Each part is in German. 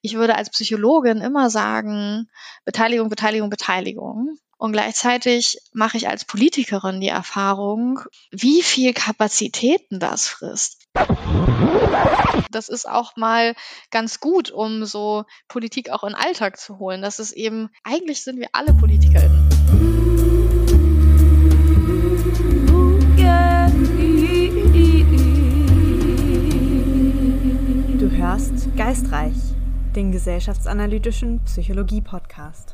ich würde als Psychologin immer sagen, Beteiligung, Beteiligung, Beteiligung. Und gleichzeitig mache ich als Politikerin die Erfahrung, wie viel Kapazitäten das frisst. Das ist auch mal ganz gut, um so Politik auch in den Alltag zu holen. Das ist eben, eigentlich sind wir alle PolitikerInnen. Du hörst Geistreich, den gesellschaftsanalytischen Psychologie-Podcast.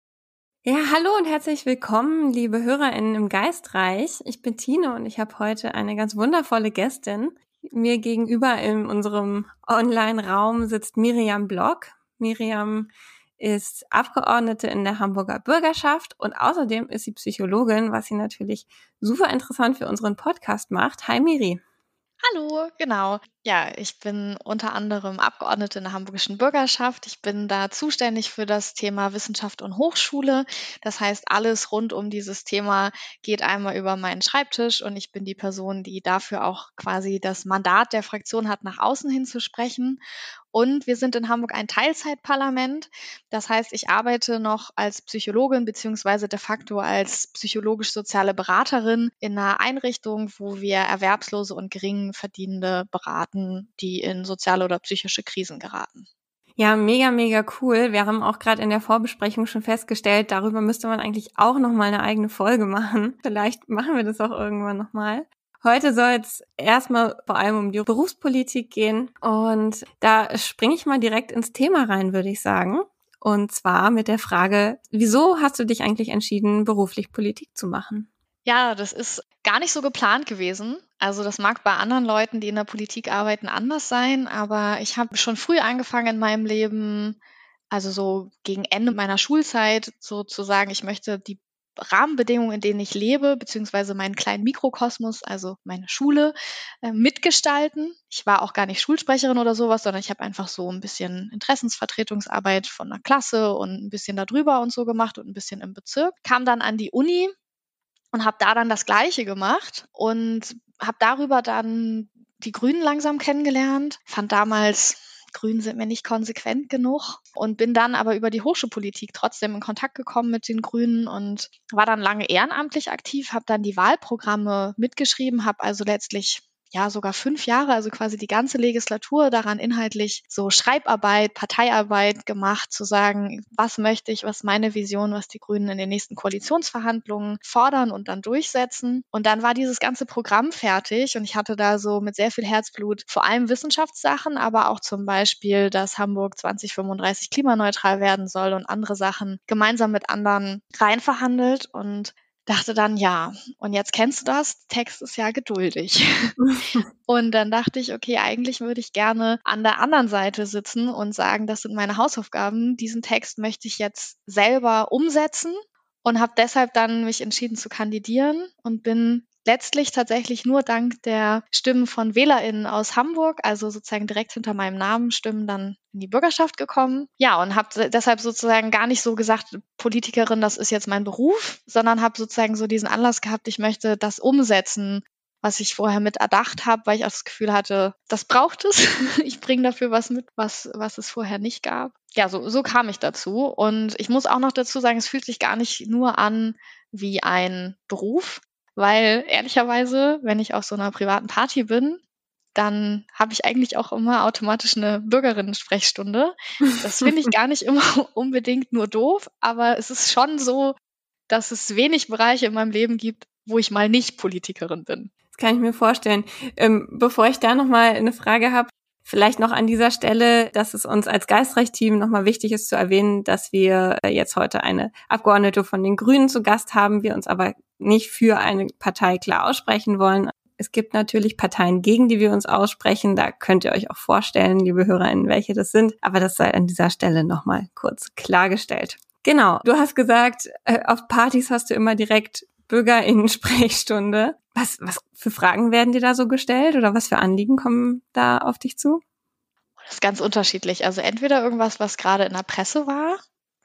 Ja, hallo und herzlich willkommen, liebe HörerInnen im Geistreich. Ich bin Tine und ich habe heute eine ganz wundervolle Gästin. Mir gegenüber in unserem Online-Raum sitzt Miriam Block. Miriam ist Abgeordnete in der Hamburger Bürgerschaft und außerdem ist sie Psychologin, was sie natürlich super interessant für unseren Podcast macht. Hi Miri. Hallo, genau. Ja, ich bin unter anderem Abgeordnete in der Hamburgischen Bürgerschaft. Ich bin da zuständig für das Thema Wissenschaft und Hochschule. Das heißt, alles rund um dieses Thema geht einmal über meinen Schreibtisch und ich bin die Person, die dafür auch quasi das Mandat der Fraktion hat, nach außen hin zu sprechen. Und wir sind in Hamburg ein Teilzeitparlament. Das heißt, ich arbeite noch als Psychologin beziehungsweise de facto als psychologisch-soziale Beraterin in einer Einrichtung, wo wir Erwerbslose und Geringverdienende beraten, die in soziale oder psychische Krisen geraten. Ja, mega, mega cool. Wir haben auch gerade in der Vorbesprechung schon festgestellt, darüber müsste man eigentlich auch nochmal eine eigene Folge machen. Vielleicht machen wir das auch irgendwann nochmal. Heute soll es erstmal vor allem um die Berufspolitik gehen und da springe ich mal direkt ins Thema rein, würde ich sagen. Und zwar mit der Frage, wieso hast du dich eigentlich entschieden, beruflich Politik zu machen? Ja, das ist gar nicht so geplant gewesen. Also das mag bei anderen Leuten, die in der Politik arbeiten, anders sein, aber ich habe schon früh angefangen in meinem Leben, also so gegen Ende meiner Schulzeit, sozusagen, ich möchte die Rahmenbedingungen, in denen ich lebe, beziehungsweise meinen kleinen Mikrokosmos, also meine Schule, mitgestalten. Ich war auch gar nicht Schulsprecherin oder sowas, sondern ich habe einfach so ein bisschen Interessensvertretungsarbeit von einer Klasse und ein bisschen darüber und so gemacht und ein bisschen im Bezirk. Kam dann an die Uni und habe da dann das Gleiche gemacht und habe darüber dann die Grünen langsam kennengelernt. Fand damals, Grünen sind mir nicht konsequent genug und bin dann aber über die Hochschulpolitik trotzdem in Kontakt gekommen mit den Grünen und war dann lange ehrenamtlich aktiv, habe dann die Wahlprogramme mitgeschrieben, habe also letztlich sogar 5 Jahre, also quasi die ganze Legislatur daran inhaltlich so Schreibarbeit, Parteiarbeit gemacht, zu sagen, was möchte ich, was ist meine Vision, was die Grünen in den nächsten Koalitionsverhandlungen fordern und dann durchsetzen. Und dann war dieses ganze Programm fertig und ich hatte da so mit sehr viel Herzblut vor allem Wissenschaftssachen, aber auch zum Beispiel, dass Hamburg 2035 klimaneutral werden soll und andere Sachen gemeinsam mit anderen reinverhandelt und dachte dann, ja, und jetzt kennst du das, Text ist ja geduldig. Und dann dachte ich, okay, eigentlich würde ich gerne an der anderen Seite sitzen und sagen, das sind meine Hausaufgaben, diesen Text möchte ich jetzt selber umsetzen und habe deshalb dann mich entschieden zu kandidieren und bin letztlich tatsächlich nur dank der Stimmen von WählerInnen aus Hamburg, also sozusagen direkt hinter meinem Namen, Stimmen dann in die Bürgerschaft gekommen. Ja, und habe deshalb sozusagen gar nicht so gesagt, Politikerin, das ist jetzt mein Beruf, sondern habe sozusagen so diesen Anlass gehabt, ich möchte das umsetzen, was ich vorher mit erdacht habe, weil ich auch das Gefühl hatte, das braucht es. Ich bringe dafür was mit, was es vorher nicht gab. Ja, so kam ich dazu. Und ich muss auch noch dazu sagen, es fühlt sich gar nicht nur an wie ein Beruf, weil ehrlicherweise, wenn ich auf so einer privaten Party bin, dann habe ich eigentlich auch immer automatisch eine Bürgerinnen-Sprechstunde. Das finde ich gar nicht immer unbedingt nur doof, aber es ist schon so, dass es wenig Bereiche in meinem Leben gibt, wo ich mal nicht Politikerin bin. Das kann ich mir vorstellen. Bevor ich da nochmal eine Frage habe, vielleicht noch an dieser Stelle, dass es uns als Geistreich-Team nochmal wichtig ist zu erwähnen, dass wir jetzt heute eine Abgeordnete von den Grünen zu Gast haben, wir uns aber nicht für eine Partei klar aussprechen wollen. Es gibt natürlich Parteien, gegen die wir uns aussprechen. Da könnt ihr euch auch vorstellen, liebe HörerInnen, welche das sind. Aber das sei an dieser Stelle nochmal kurz klargestellt. Genau, du hast gesagt, auf Partys hast du immer direkt BürgerInnen-Sprechstunde. Was für Fragen werden dir da so gestellt oder was für Anliegen kommen da auf dich zu? Das ist ganz unterschiedlich. Also entweder irgendwas, was gerade in der Presse war,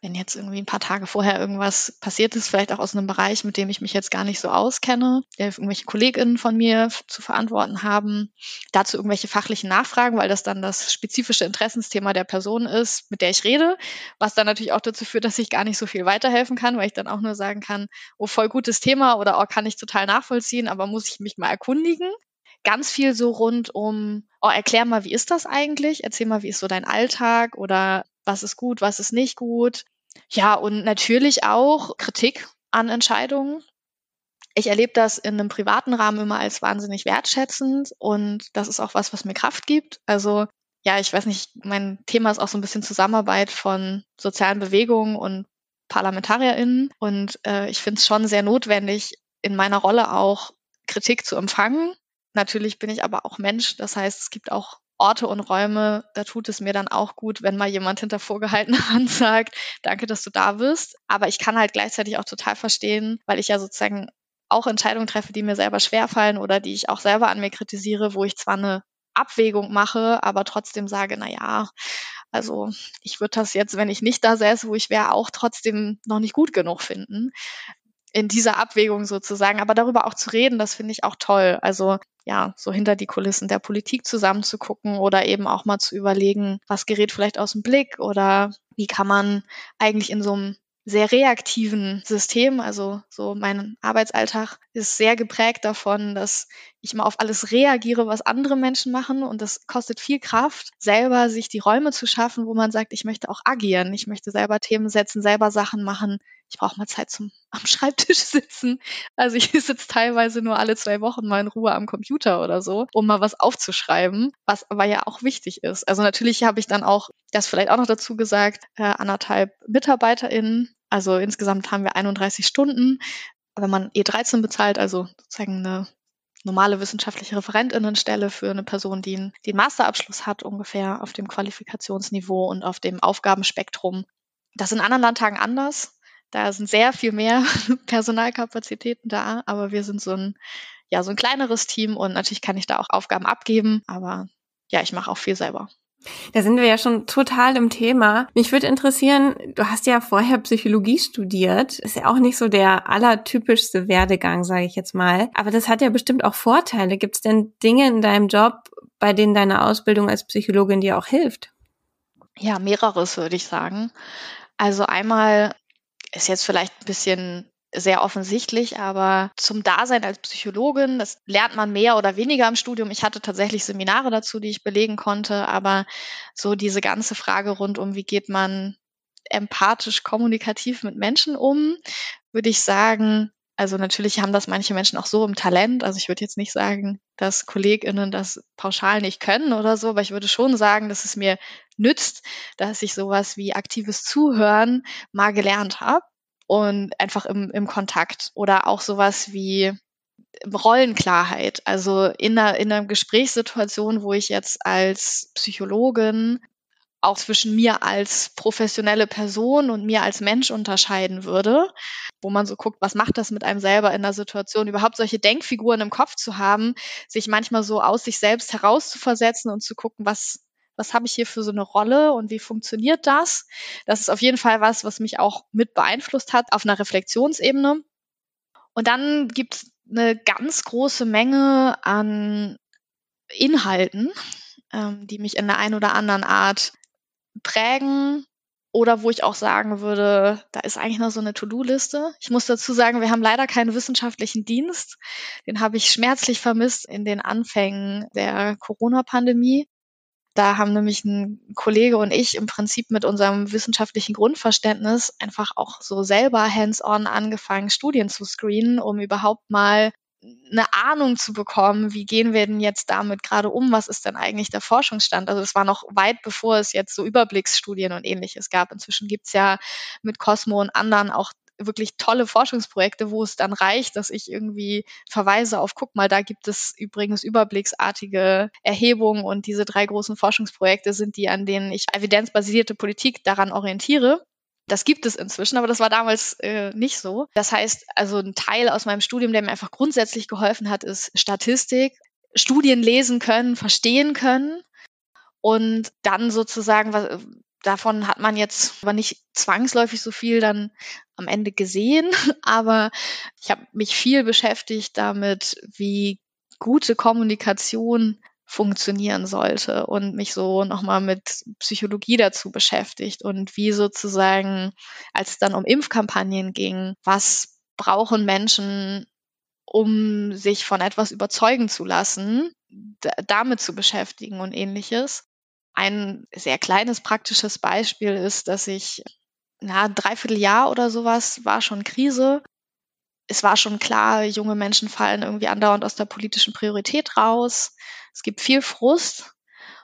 wenn jetzt irgendwie ein paar Tage vorher irgendwas passiert ist, vielleicht auch aus einem Bereich, mit dem ich mich jetzt gar nicht so auskenne, der irgendwelche KollegInnen von mir zu verantworten haben, dazu irgendwelche fachlichen Nachfragen, weil das dann das spezifische Interessensthema der Person ist, mit der ich rede, was dann natürlich auch dazu führt, dass ich gar nicht so viel weiterhelfen kann, weil ich dann auch nur sagen kann, oh, voll gutes Thema oder oh, kann ich total nachvollziehen, aber muss ich mich mal erkundigen. Ganz viel so rund um, oh, erklär mal, wie ist das eigentlich? Erzähl mal, wie ist so dein Alltag oder was ist gut, was ist nicht gut? Ja, und natürlich auch Kritik an Entscheidungen. Ich erlebe das in einem privaten Rahmen immer als wahnsinnig wertschätzend und das ist auch was mir Kraft gibt. Also ja, ich weiß nicht, mein Thema ist auch so ein bisschen Zusammenarbeit von sozialen Bewegungen und ParlamentarierInnen und ich finde es schon sehr notwendig, in meiner Rolle auch Kritik zu empfangen. Natürlich bin ich aber auch Mensch, das heißt, es gibt auch Orte und Räume, da tut es mir dann auch gut, wenn mal jemand hinter vorgehaltener Hand sagt, danke, dass du da bist. Aber ich kann halt gleichzeitig auch total verstehen, weil ich ja sozusagen auch Entscheidungen treffe, die mir selber schwerfallen oder die ich auch selber an mir kritisiere, wo ich zwar eine Abwägung mache, aber trotzdem sage, na ja, also ich würde das jetzt, wenn ich nicht da säße, wo ich wäre, auch trotzdem noch nicht gut genug finden. In dieser Abwägung sozusagen, aber darüber auch zu reden, das finde ich auch toll. Also ja, so hinter die Kulissen der Politik zusammen zu gucken oder eben auch mal zu überlegen, was gerät vielleicht aus dem Blick oder wie kann man eigentlich in so einem sehr reaktiven System, also so mein Arbeitsalltag ist sehr geprägt davon, dass ich immer auf alles reagiere, was andere Menschen machen und das kostet viel Kraft, selber sich die Räume zu schaffen, wo man sagt, ich möchte auch agieren, ich möchte selber Themen setzen, selber Sachen machen. Ich brauche mal Zeit zum am Schreibtisch sitzen. Also ich sitze teilweise nur alle 2 Wochen mal in Ruhe am Computer oder so, um mal was aufzuschreiben, was aber ja auch wichtig ist. Also natürlich habe ich dann auch, das vielleicht auch noch dazu gesagt, 1,5 MitarbeiterInnen. Also insgesamt haben wir 31 Stunden. Wenn man E13 bezahlt, also sozusagen eine normale wissenschaftliche Referentinnenstelle für eine Person, die einen Masterabschluss hat, ungefähr auf dem Qualifikationsniveau und auf dem Aufgabenspektrum. Das ist in anderen Landtagen anders. Da sind sehr viel mehr Personalkapazitäten da, aber wir sind so ein kleineres Team und natürlich kann ich da auch Aufgaben abgeben, aber ja, ich mache auch viel selber. Da sind wir ja schon total im Thema. Mich würde interessieren, du hast ja vorher Psychologie studiert. Ist ja auch nicht so der allertypischste Werdegang, sage ich jetzt mal. Aber das hat ja bestimmt auch Vorteile. Gibt es denn Dinge in deinem Job, bei denen deine Ausbildung als Psychologin dir auch hilft? Ja, mehreres würde ich sagen. Also einmal ist jetzt vielleicht ein bisschen sehr offensichtlich, aber zum Dasein als Psychologin, das lernt man mehr oder weniger im Studium. Ich hatte tatsächlich Seminare dazu, die ich belegen konnte, aber so diese ganze Frage rund um, wie geht man empathisch, kommunikativ mit Menschen um, würde ich sagen, also natürlich haben das manche Menschen auch so im Talent. Also ich würde jetzt nicht sagen, dass KollegInnen das pauschal nicht können oder so, aber ich würde schon sagen, dass es mir nützt, dass ich sowas wie aktives Zuhören mal gelernt habe und einfach im Kontakt oder auch sowas wie Rollenklarheit. Also in einer Gesprächssituation, wo ich jetzt als Psychologin auch zwischen mir als professionelle Person und mir als Mensch unterscheiden würde, wo man so guckt, was macht das mit einem selber in der Situation, überhaupt solche Denkfiguren im Kopf zu haben, sich manchmal so aus sich selbst herauszuversetzen und zu gucken, was habe ich hier für so eine Rolle und wie funktioniert das? Das ist auf jeden Fall was mich auch mit beeinflusst hat auf einer Reflexionsebene. Und dann gibt es eine ganz große Menge an Inhalten, die mich in der einen oder anderen Art prägen oder wo ich auch sagen würde, da ist eigentlich noch so eine To-Do-Liste. Ich muss dazu sagen, wir haben leider keinen wissenschaftlichen Dienst. Den habe ich schmerzlich vermisst in den Anfängen der Corona-Pandemie. Da haben nämlich ein Kollege und ich im Prinzip mit unserem wissenschaftlichen Grundverständnis einfach auch so selber hands-on angefangen, Studien zu screenen, um überhaupt mal eine Ahnung zu bekommen, wie gehen wir denn jetzt damit gerade um, was ist denn eigentlich der Forschungsstand? Also es war noch weit bevor es jetzt so Überblicksstudien und Ähnliches gab. Inzwischen gibt's ja mit Cosmo und anderen auch wirklich tolle Forschungsprojekte, wo es dann reicht, dass ich irgendwie verweise auf, guck mal, da gibt es übrigens überblicksartige Erhebungen und diese 3 großen Forschungsprojekte sind die, an denen ich evidenzbasierte Politik daran orientiere. Das gibt es inzwischen, aber das war damals nicht so. Das heißt, also ein Teil aus meinem Studium, der mir einfach grundsätzlich geholfen hat, ist Statistik, Studien lesen können, verstehen können und dann sozusagen Davon hat man jetzt aber nicht zwangsläufig so viel dann am Ende gesehen, aber ich habe mich viel beschäftigt damit, wie gute Kommunikation funktionieren sollte und mich so nochmal mit Psychologie dazu beschäftigt und wie sozusagen, als es dann um Impfkampagnen ging, was brauchen Menschen, um sich von etwas überzeugen zu lassen, damit zu beschäftigen und Ähnliches. Ein sehr kleines praktisches Beispiel ist, dass ich, ein Dreivierteljahr oder sowas war schon Krise. Es war schon klar, junge Menschen fallen irgendwie andauernd aus der politischen Priorität raus. Es gibt viel Frust.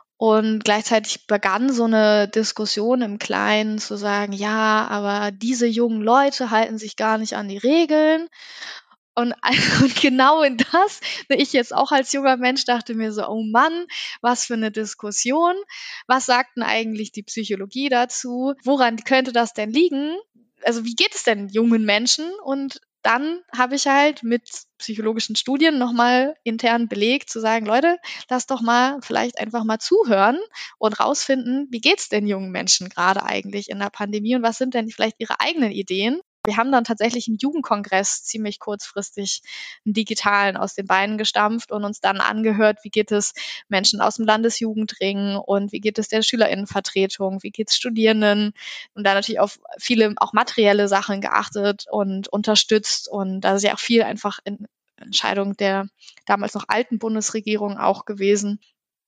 Und gleichzeitig begann so eine Diskussion im Kleinen zu sagen, ja, aber diese jungen Leute halten sich gar nicht an die Regeln. Und genau in das, ich jetzt auch als junger Mensch dachte mir so, oh Mann, was für eine Diskussion. Was sagt denn eigentlich die Psychologie dazu? Woran könnte das denn liegen? Also wie geht es denn jungen Menschen? Und dann habe ich halt mit psychologischen Studien nochmal intern belegt, zu sagen, Leute, lass doch mal vielleicht einfach mal zuhören und rausfinden, wie geht's denn jungen Menschen gerade eigentlich in der Pandemie und was sind denn vielleicht ihre eigenen Ideen? Wir haben dann tatsächlich im Jugendkongress ziemlich kurzfristig einen digitalen aus den Beinen gestampft und uns dann angehört, wie geht es Menschen aus dem Landesjugendring und wie geht es der SchülerInnenvertretung, wie geht es Studierenden und da natürlich auf viele auch materielle Sachen geachtet und unterstützt und da ist ja auch viel einfach in Entscheidung der damals noch alten Bundesregierung auch gewesen.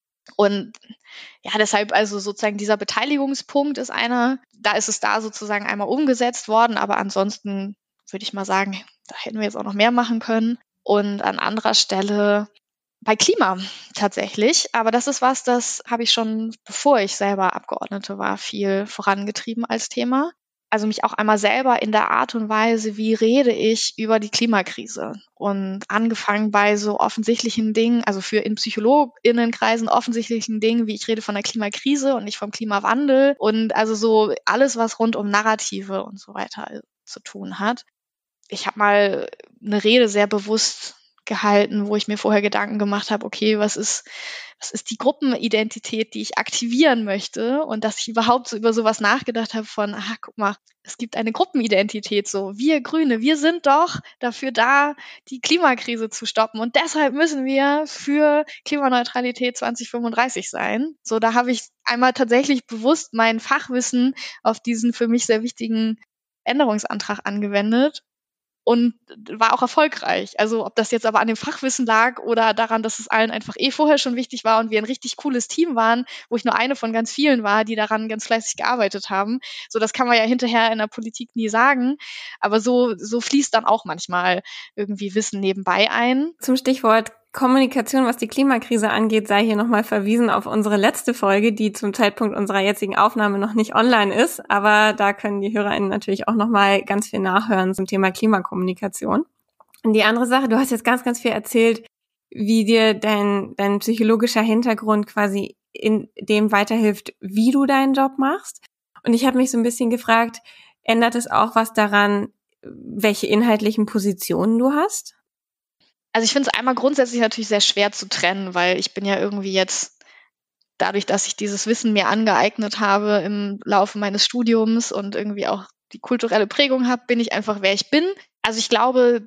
Und ja, deshalb also sozusagen dieser Beteiligungspunkt ist einer, da ist es da sozusagen einmal umgesetzt worden, aber ansonsten würde ich mal sagen, da hätten wir jetzt auch noch mehr machen können. Und an anderer Stelle bei Klima tatsächlich, aber das ist was, das habe ich schon, bevor ich selber Abgeordnete war, viel vorangetrieben als Thema. Also mich auch einmal selber in der Art und Weise, wie rede ich über die Klimakrise und angefangen bei so offensichtlichen Dingen, also für in PsychologInnenkreisen offensichtlichen Dingen, wie ich rede von der Klimakrise und nicht vom Klimawandel und also so alles, was rund um Narrative und so weiter zu tun hat. Ich habe mal eine Rede sehr bewusst gehalten, wo ich mir vorher Gedanken gemacht habe, okay, was ist die Gruppenidentität, die ich aktivieren möchte und dass ich überhaupt so über sowas nachgedacht habe von, guck mal, es gibt eine Gruppenidentität, so wir Grüne, wir sind doch dafür da, die Klimakrise zu stoppen und deshalb müssen wir für Klimaneutralität 2035 sein. So, da habe ich einmal tatsächlich bewusst mein Fachwissen auf diesen für mich sehr wichtigen Änderungsantrag angewendet. Und war auch erfolgreich. Also ob das jetzt aber an dem Fachwissen lag oder daran, dass es allen einfach vorher schon wichtig war und wir ein richtig cooles Team waren, wo ich nur eine von ganz vielen war, die daran ganz fleißig gearbeitet haben. So, das kann man ja hinterher in der Politik nie sagen. Aber so fließt dann auch manchmal irgendwie Wissen nebenbei ein. Zum Stichwort Kommunikation, was die Klimakrise angeht, sei hier nochmal verwiesen auf unsere letzte Folge, die zum Zeitpunkt unserer jetzigen Aufnahme noch nicht online ist. Aber da können die HörerInnen natürlich auch nochmal ganz viel nachhören zum Thema Klimakommunikation. Und die andere Sache, du hast jetzt ganz, ganz viel erzählt, wie dir dein psychologischer Hintergrund quasi in dem weiterhilft, wie du deinen Job machst. Und ich habe mich so ein bisschen gefragt, ändert es auch was daran, welche inhaltlichen Positionen du hast? Also ich finde es einmal grundsätzlich natürlich sehr schwer zu trennen, weil ich bin ja irgendwie jetzt, dadurch, dass ich dieses Wissen mir angeeignet habe im Laufe meines Studiums und irgendwie auch die kulturelle Prägung habe, bin ich einfach, wer ich bin. Also ich glaube,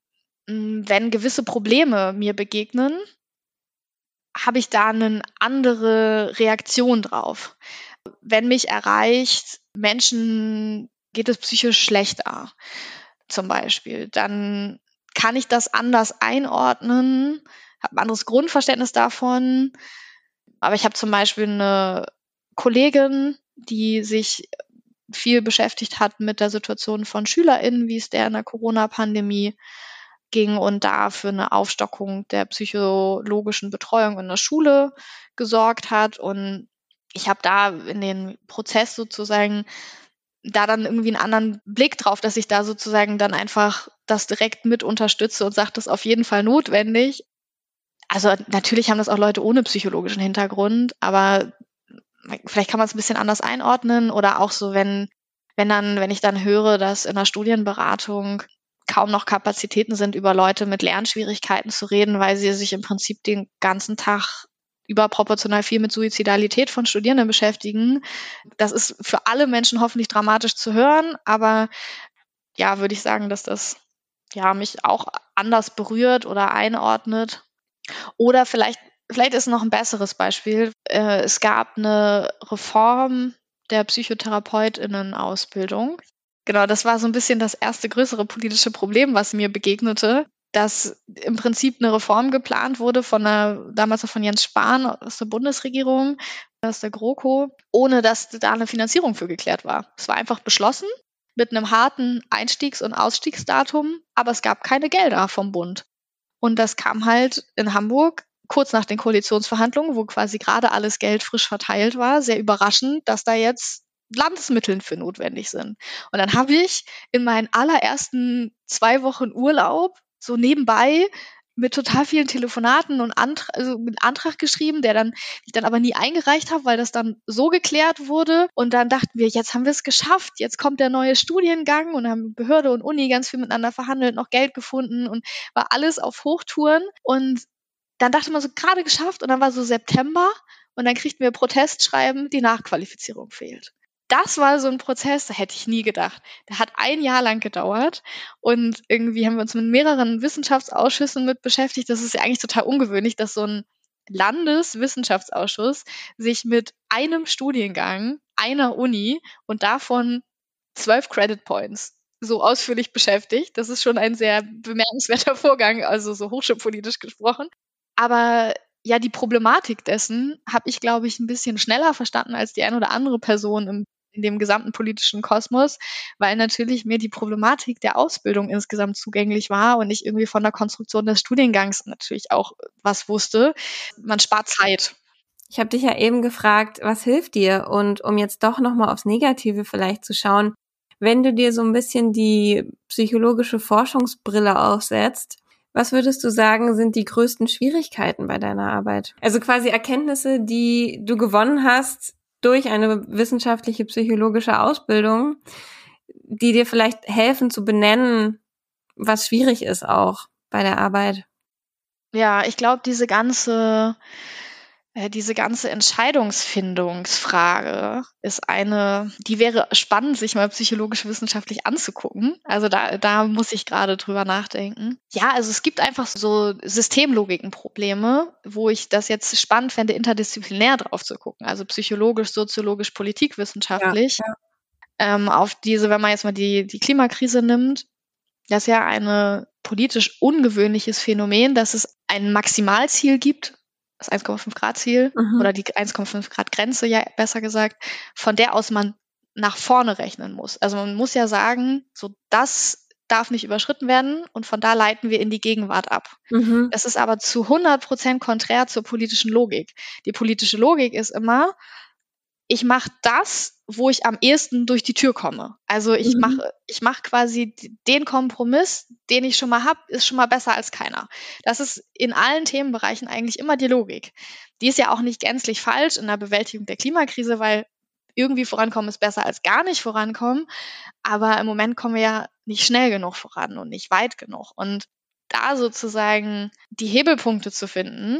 wenn gewisse Probleme mir begegnen, habe ich da eine andere Reaktion drauf. Wenn mich erreicht, Menschen geht es psychisch schlechter, zum Beispiel, dann kann ich das anders einordnen, habe ein anderes Grundverständnis davon. Aber ich habe zum Beispiel eine Kollegin, die sich viel beschäftigt hat mit der Situation von SchülerInnen, wie es der in der Corona-Pandemie ging und da für eine Aufstockung der psychologischen Betreuung in der Schule gesorgt hat. Und ich habe da in den Prozess sozusagen da dann irgendwie einen anderen Blick drauf, dass ich da sozusagen dann einfach das direkt mit unterstütze und sage, das ist auf jeden Fall notwendig. Also natürlich haben das auch Leute ohne psychologischen Hintergrund, aber vielleicht kann man es ein bisschen anders einordnen oder auch so, wenn ich dann höre, dass in der Studienberatung kaum noch Kapazitäten sind, über Leute mit Lernschwierigkeiten zu reden, weil sie sich im Prinzip den ganzen Tag überproportional viel mit Suizidalität von Studierenden beschäftigen. Das ist für alle Menschen hoffentlich dramatisch zu hören, aber ja, würde ich sagen, dass das ja mich auch anders berührt oder einordnet. Oder vielleicht ist noch ein besseres Beispiel. Es gab eine Reform der PsychotherapeutInnen-Ausbildung. Genau, das war so ein bisschen das erste größere politische Problem, was mir begegnete, dass im Prinzip eine Reform geplant wurde damals noch von Jens Spahn aus der Bundesregierung, aus der GroKo, ohne dass da eine Finanzierung für geklärt war. Es war einfach beschlossen mit einem harten Einstiegs- und Ausstiegsdatum, aber es gab keine Gelder vom Bund. Und das kam halt in Hamburg kurz nach den Koalitionsverhandlungen, wo quasi gerade alles Geld frisch verteilt war, sehr überraschend, dass da jetzt Landesmittel für notwendig sind. Und dann habe ich in meinen allerersten 2 Wochen Urlaub so nebenbei mit total vielen Telefonaten und einen Antrag geschrieben, ich dann aber nie eingereicht habe, weil das dann so geklärt wurde. Und dann dachten wir, jetzt haben wir es geschafft, jetzt kommt der neue Studiengang, und haben Behörde und Uni ganz viel miteinander verhandelt, noch Geld gefunden und war alles auf Hochtouren. Und dann dachte man so, gerade geschafft, und dann war so September und dann kriegten wir Protestschreiben, die Nachqualifizierung fehlt. Das war so ein Prozess, da hätte ich nie gedacht. Der hat 1 Jahr lang gedauert und irgendwie haben wir uns mit mehreren Wissenschaftsausschüssen mit beschäftigt. Das ist ja eigentlich total ungewöhnlich, dass so ein Landeswissenschaftsausschuss sich mit einem Studiengang, einer Uni und davon 12 Credit Points so ausführlich beschäftigt. Das ist schon ein sehr bemerkenswerter Vorgang, also so hochschulpolitisch gesprochen. Aber ja, die Problematik dessen habe ich, glaube ich, ein bisschen schneller verstanden als die eine oder andere Person in dem gesamten politischen Kosmos, weil natürlich mir die Problematik der Ausbildung insgesamt zugänglich war und ich irgendwie von der Konstruktion des Studiengangs natürlich auch was wusste. Man spart Zeit. Ich habe dich ja eben gefragt, was hilft dir? Und um jetzt doch nochmal aufs Negative vielleicht zu schauen, wenn du dir so ein bisschen die psychologische Forschungsbrille aufsetzt, was würdest du sagen, sind die größten Schwierigkeiten bei deiner Arbeit? Also quasi Erkenntnisse, die du gewonnen hast durch eine wissenschaftliche psychologische Ausbildung, die dir vielleicht helfen zu benennen, was schwierig ist auch bei der Arbeit. Ja, ich glaube, diese ganze Entscheidungsfindungsfrage ist die wäre spannend, sich mal psychologisch-wissenschaftlich anzugucken. Also da muss ich gerade drüber nachdenken. Ja, also es gibt einfach so Systemlogikenprobleme, wo ich das jetzt spannend fände, interdisziplinär drauf zu gucken. Also psychologisch, soziologisch, politikwissenschaftlich. Ja. Auf wenn man jetzt mal die Klimakrise nimmt, das ist ja ein politisch ungewöhnliches Phänomen, dass es ein Maximalziel gibt, das 1,5 Grad Ziel oder die 1,5 Grad Grenze, ja besser gesagt, von der aus man nach vorne rechnen muss. Also man muss ja sagen, so das darf nicht überschritten werden und von da leiten wir in die Gegenwart ab. Das ist aber zu 100% konträr zur politischen Logik. Die politische Logik ist immer, ich mache das, wo ich am ehesten durch die Tür komme. Also ich mache quasi den Kompromiss, den ich schon mal habe, ist schon mal besser als keiner. Das ist in allen Themenbereichen eigentlich immer die Logik. Die ist ja auch nicht gänzlich falsch in der Bewältigung der Klimakrise, weil irgendwie vorankommen ist besser als gar nicht vorankommen. Aber im Moment kommen wir ja nicht schnell genug voran und nicht weit genug. Und da sozusagen die Hebelpunkte zu finden,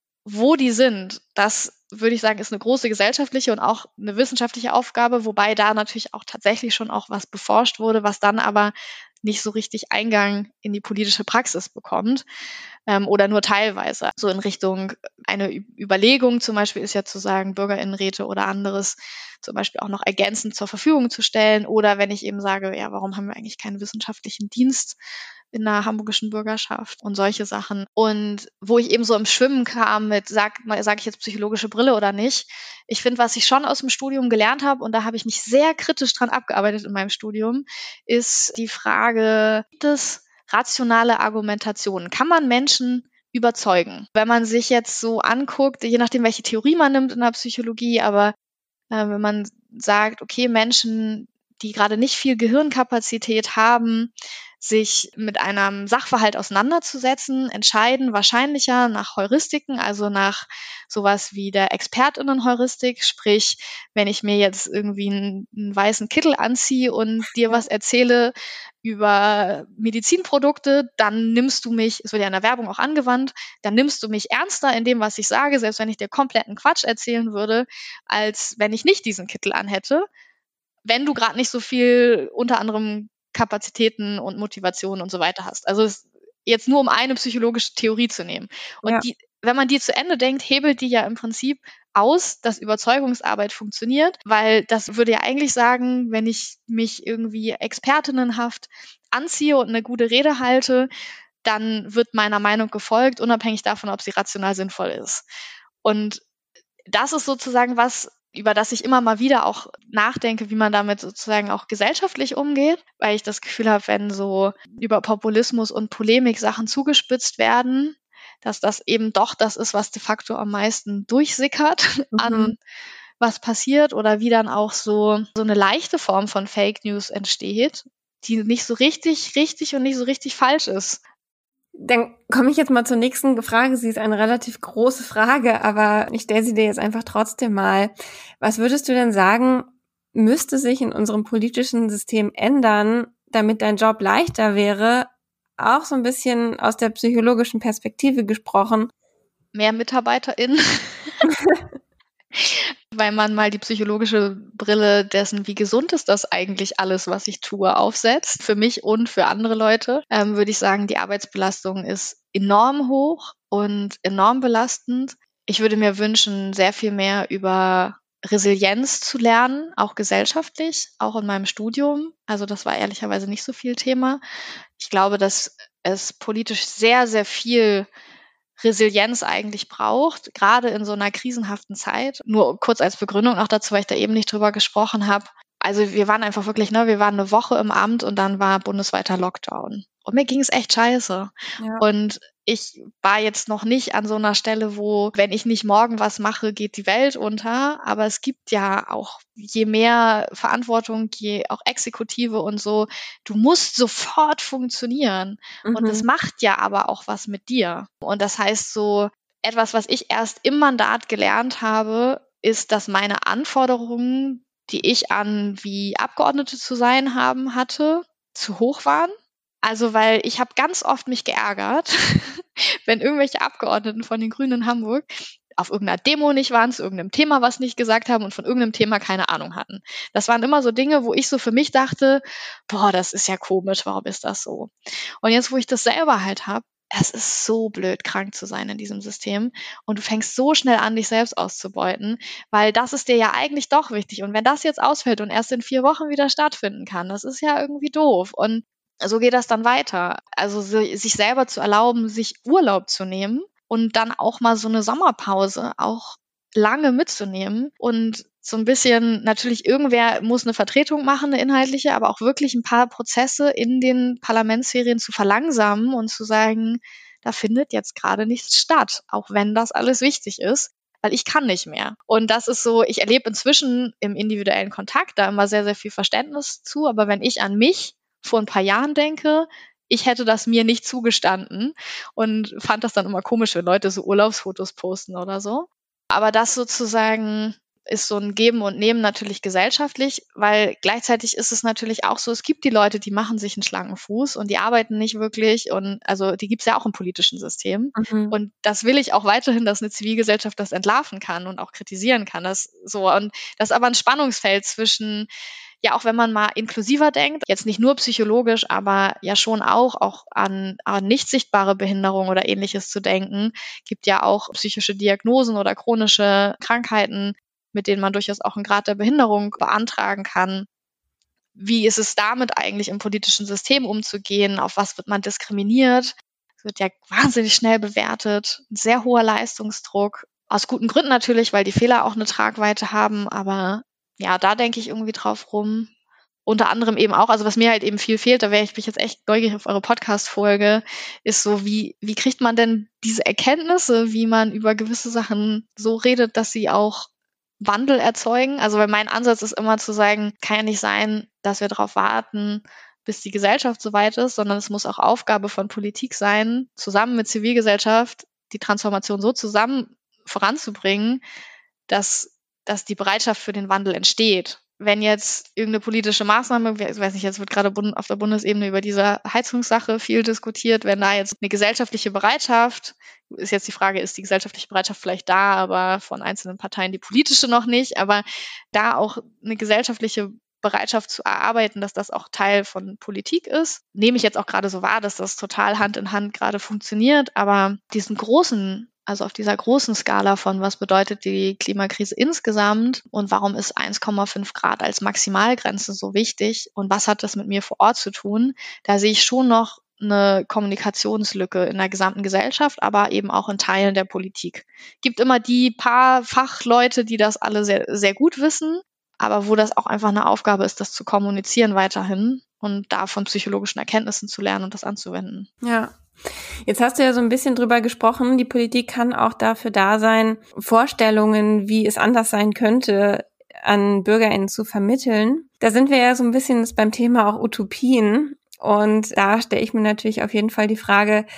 wo die sind, das würde ich sagen, ist eine große gesellschaftliche und auch eine wissenschaftliche Aufgabe, wobei da natürlich auch tatsächlich schon auch was beforscht wurde, was dann aber nicht so richtig Eingang in die politische Praxis bekommt oder nur teilweise. So in Richtung eine Überlegung zum Beispiel ist ja zu sagen, BürgerInnenräte oder anderes zum Beispiel auch noch ergänzend zur Verfügung zu stellen. Oder wenn ich eben sage, ja, warum haben wir eigentlich keinen wissenschaftlichen Dienst in der hamburgischen Bürgerschaft und solche Sachen. Und wo ich eben so im Schwimmen kam mit, sag ich jetzt psychologische Brille oder nicht. Ich finde, was ich schon aus dem Studium gelernt habe, und da habe ich mich sehr kritisch dran abgearbeitet in meinem Studium, ist die Frage, gibt es rationale Argumentationen? Kann man Menschen überzeugen? Wenn man sich jetzt so anguckt, je nachdem, welche Theorie man nimmt in der Psychologie, aber wenn man sagt, okay, Menschen, die gerade nicht viel Gehirnkapazität haben, sich mit einem Sachverhalt auseinanderzusetzen, entscheiden wahrscheinlicher nach Heuristiken, also nach sowas wie der ExpertInnen-Heuristik, sprich, wenn ich mir jetzt irgendwie einen weißen Kittel anziehe und dir was erzähle über Medizinprodukte, dann nimmst du mich, es wird ja in der Werbung auch angewandt, dann nimmst du mich ernster in dem, was ich sage, selbst wenn ich dir kompletten Quatsch erzählen würde, als wenn ich nicht diesen Kittel anhätte, wenn du gerade nicht so viel unter anderem Kapazitäten und Motivation und so weiter hast. Also jetzt nur um eine psychologische Theorie zu nehmen. Und wenn man die zu Ende denkt, hebelt die ja im Prinzip aus, dass Überzeugungsarbeit funktioniert, weil das würde ja eigentlich sagen, wenn ich mich irgendwie expertinnenhaft anziehe und eine gute Rede halte, dann wird meiner Meinung gefolgt, unabhängig davon, ob sie rational sinnvoll ist. Und das ist sozusagen was, über das ich immer mal wieder auch nachdenke, wie man damit sozusagen auch gesellschaftlich umgeht, weil ich das Gefühl habe, wenn so über Populismus und Polemik Sachen zugespitzt werden, dass das eben doch das ist, was de facto am meisten durchsickert an was passiert oder wie dann auch so eine leichte Form von Fake News entsteht, die nicht so richtig und nicht so richtig falsch ist. Dann komme ich jetzt mal zur nächsten Frage. Sie ist eine relativ große Frage, aber ich stelle sie dir jetzt einfach trotzdem mal. Was würdest du denn sagen, müsste sich in unserem politischen System ändern, damit dein Job leichter wäre, auch so ein bisschen aus der psychologischen Perspektive gesprochen? Mehr MitarbeiterInnen. Weil man mal die psychologische Brille dessen, wie gesund ist das eigentlich alles, was ich tue, aufsetzt. Für mich und für andere Leute würde ich sagen, die Arbeitsbelastung ist enorm hoch und enorm belastend. Ich würde mir wünschen, sehr viel mehr über Resilienz zu lernen, auch gesellschaftlich, auch in meinem Studium. Also das war ehrlicherweise nicht so viel Thema. Ich glaube, dass es politisch sehr, sehr viel Resilienz eigentlich braucht, gerade in so einer krisenhaften Zeit. Nur kurz als Begründung auch dazu, weil ich da eben nicht drüber gesprochen habe. Also wir waren einfach wirklich, wir waren eine Woche im Amt und dann war bundesweiter Lockdown. Und mir ging es echt scheiße. Ja. Und ich war jetzt noch nicht an so einer Stelle, wo, wenn ich nicht morgen was mache, geht die Welt unter. Aber es gibt ja auch, je mehr Verantwortung, je auch Exekutive und so, du musst sofort funktionieren. Und das macht ja aber auch was mit dir. Und das heißt so, etwas, was ich erst im Mandat gelernt habe, ist, dass meine Anforderungen, die ich an wie Abgeordnete zu sein hatte, zu hoch waren. Also, weil ich habe ganz oft mich geärgert, wenn irgendwelche Abgeordneten von den Grünen in Hamburg auf irgendeiner Demo nicht waren, zu irgendeinem Thema was nicht gesagt haben und von irgendeinem Thema keine Ahnung hatten. Das waren immer so Dinge, wo ich so für mich dachte, boah, das ist ja komisch, warum ist das so? Und jetzt, wo ich das selber halt habe, es ist so blöd, krank zu sein in diesem System und du fängst so schnell an, dich selbst auszubeuten, weil das ist dir ja eigentlich doch wichtig. Und wenn das jetzt ausfällt und erst in 4 Wochen wieder stattfinden kann, das ist ja irgendwie doof. Und so geht das dann weiter. Also sich selber zu erlauben, sich Urlaub zu nehmen und dann auch mal so eine Sommerpause auch lange mitzunehmen und so ein bisschen, natürlich irgendwer muss eine Vertretung machen, eine inhaltliche, aber auch wirklich ein paar Prozesse in den Parlamentsferien zu verlangsamen und zu sagen, da findet jetzt gerade nichts statt, auch wenn das alles wichtig ist, weil ich kann nicht mehr. Und das ist so, ich erlebe inzwischen im individuellen Kontakt da immer sehr, sehr viel Verständnis zu, aber wenn ich an mich vor ein paar Jahren denke, ich hätte das mir nicht zugestanden und fand das dann immer komisch, wenn Leute so Urlaubsfotos posten oder so. Aber das sozusagen ist so ein Geben und Nehmen natürlich gesellschaftlich, weil gleichzeitig ist es natürlich auch so, es gibt die Leute, die machen sich einen schlanken Fuß und die arbeiten nicht wirklich und also die gibt es ja auch im politischen System. Und das will ich auch weiterhin, dass eine Zivilgesellschaft das entlarven kann und auch kritisieren kann. Das so, und das ist aber ein Spannungsfeld zwischen, ja, auch wenn man mal inklusiver denkt, jetzt nicht nur psychologisch, aber ja schon auch an nicht sichtbare Behinderung oder Ähnliches zu denken, gibt ja auch psychische Diagnosen oder chronische Krankheiten, mit denen man durchaus auch einen Grad der Behinderung beantragen kann. Wie ist es damit eigentlich im politischen System umzugehen? Auf was wird man diskriminiert? Es wird ja wahnsinnig schnell bewertet, ein sehr hoher Leistungsdruck. Aus guten Gründen natürlich, weil die Fehler auch eine Tragweite haben, aber ja, da denke ich irgendwie drauf rum. Unter anderem eben auch, also was mir halt eben viel fehlt, da wäre ich mich jetzt echt neugierig auf eure Podcast-Folge, ist so, wie kriegt man denn diese Erkenntnisse, wie man über gewisse Sachen so redet, dass sie auch Wandel erzeugen? Also weil mein Ansatz ist immer zu sagen, kann ja nicht sein, dass wir darauf warten, bis die Gesellschaft soweit ist, sondern es muss auch Aufgabe von Politik sein, zusammen mit Zivilgesellschaft die Transformation so zusammen voranzubringen, dass die Bereitschaft für den Wandel entsteht. Wenn jetzt irgendeine politische Maßnahme, ich weiß nicht, jetzt wird gerade auf der Bundesebene über diese Heizungssache viel diskutiert, wenn da jetzt eine gesellschaftliche Bereitschaft, ist jetzt die Frage, ist die gesellschaftliche Bereitschaft vielleicht da, aber von einzelnen Parteien die politische noch nicht, aber da auch eine gesellschaftliche Bereitschaft zu erarbeiten, dass das auch Teil von Politik ist, nehme ich jetzt auch gerade so wahr, dass das total Hand in Hand gerade funktioniert, aber also auf dieser großen Skala von, was bedeutet die Klimakrise insgesamt und warum ist 1,5 Grad als Maximalgrenze so wichtig und was hat das mit mir vor Ort zu tun, da sehe ich schon noch eine Kommunikationslücke in der gesamten Gesellschaft, aber eben auch in Teilen der Politik. Gibt immer die paar Fachleute, die das alle sehr, sehr gut wissen, aber wo das auch einfach eine Aufgabe ist, das zu kommunizieren weiterhin und da von psychologischen Erkenntnissen zu lernen und das anzuwenden. Ja. Jetzt hast du ja so ein bisschen drüber gesprochen, die Politik kann auch dafür da sein, Vorstellungen, wie es anders sein könnte, an BürgerInnen zu vermitteln. Da sind wir ja so ein bisschen beim Thema auch Utopien. Und da stelle ich mir natürlich auf jeden Fall die Frage,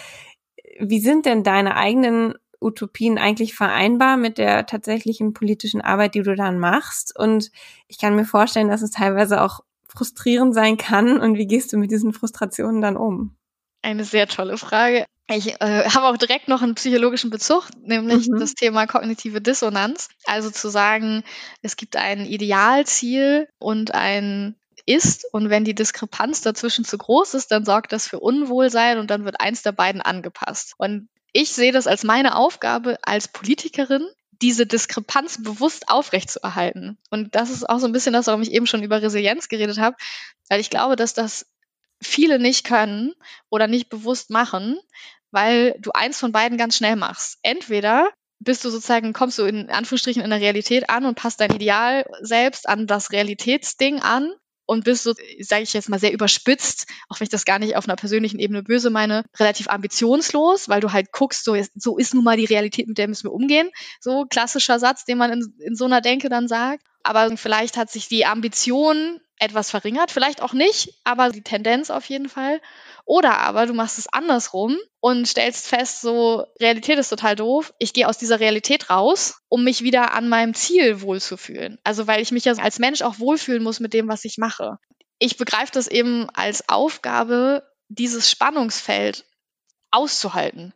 wie sind denn deine eigenen Utopien eigentlich vereinbar mit der tatsächlichen politischen Arbeit, die du dann machst? Und ich kann mir vorstellen, dass es teilweise auch frustrierend sein kann. Und wie gehst du mit diesen Frustrationen dann um? Eine sehr tolle Frage. Ich habe auch direkt noch einen psychologischen Bezug, nämlich das Thema kognitive Dissonanz. Also zu sagen, es gibt ein Idealziel und ein Ist und wenn die Diskrepanz dazwischen zu groß ist, dann sorgt das für Unwohlsein und dann wird eins der beiden angepasst. Und ich sehe das als meine Aufgabe als Politikerin, diese Diskrepanz bewusst aufrechtzuerhalten. Und das ist auch so ein bisschen das, warum ich eben schon über Resilienz geredet habe, weil ich glaube, dass das viele nicht können oder nicht bewusst machen, weil du eins von beiden ganz schnell machst. Entweder kommst du in Anführungsstrichen in der Realität an und passt dein Ideal selbst an das Realitätsding an und bist so, sage ich jetzt mal sehr überspitzt, auch wenn ich das gar nicht auf einer persönlichen Ebene böse meine, relativ ambitionslos, weil du halt guckst, so ist nun mal die Realität, mit der müssen wir umgehen. So klassischer Satz, den man in so einer Denke dann sagt. Aber vielleicht hat sich die Ambition etwas verringert, vielleicht auch nicht, aber die Tendenz auf jeden Fall. Oder aber du machst es andersrum und stellst fest, so Realität ist total doof. Ich gehe aus dieser Realität raus, um mich wieder an meinem Ziel wohlzufühlen. Also weil ich mich ja als Mensch auch wohlfühlen muss mit dem, was ich mache. Ich begreife das eben als Aufgabe, dieses Spannungsfeld auszuhalten.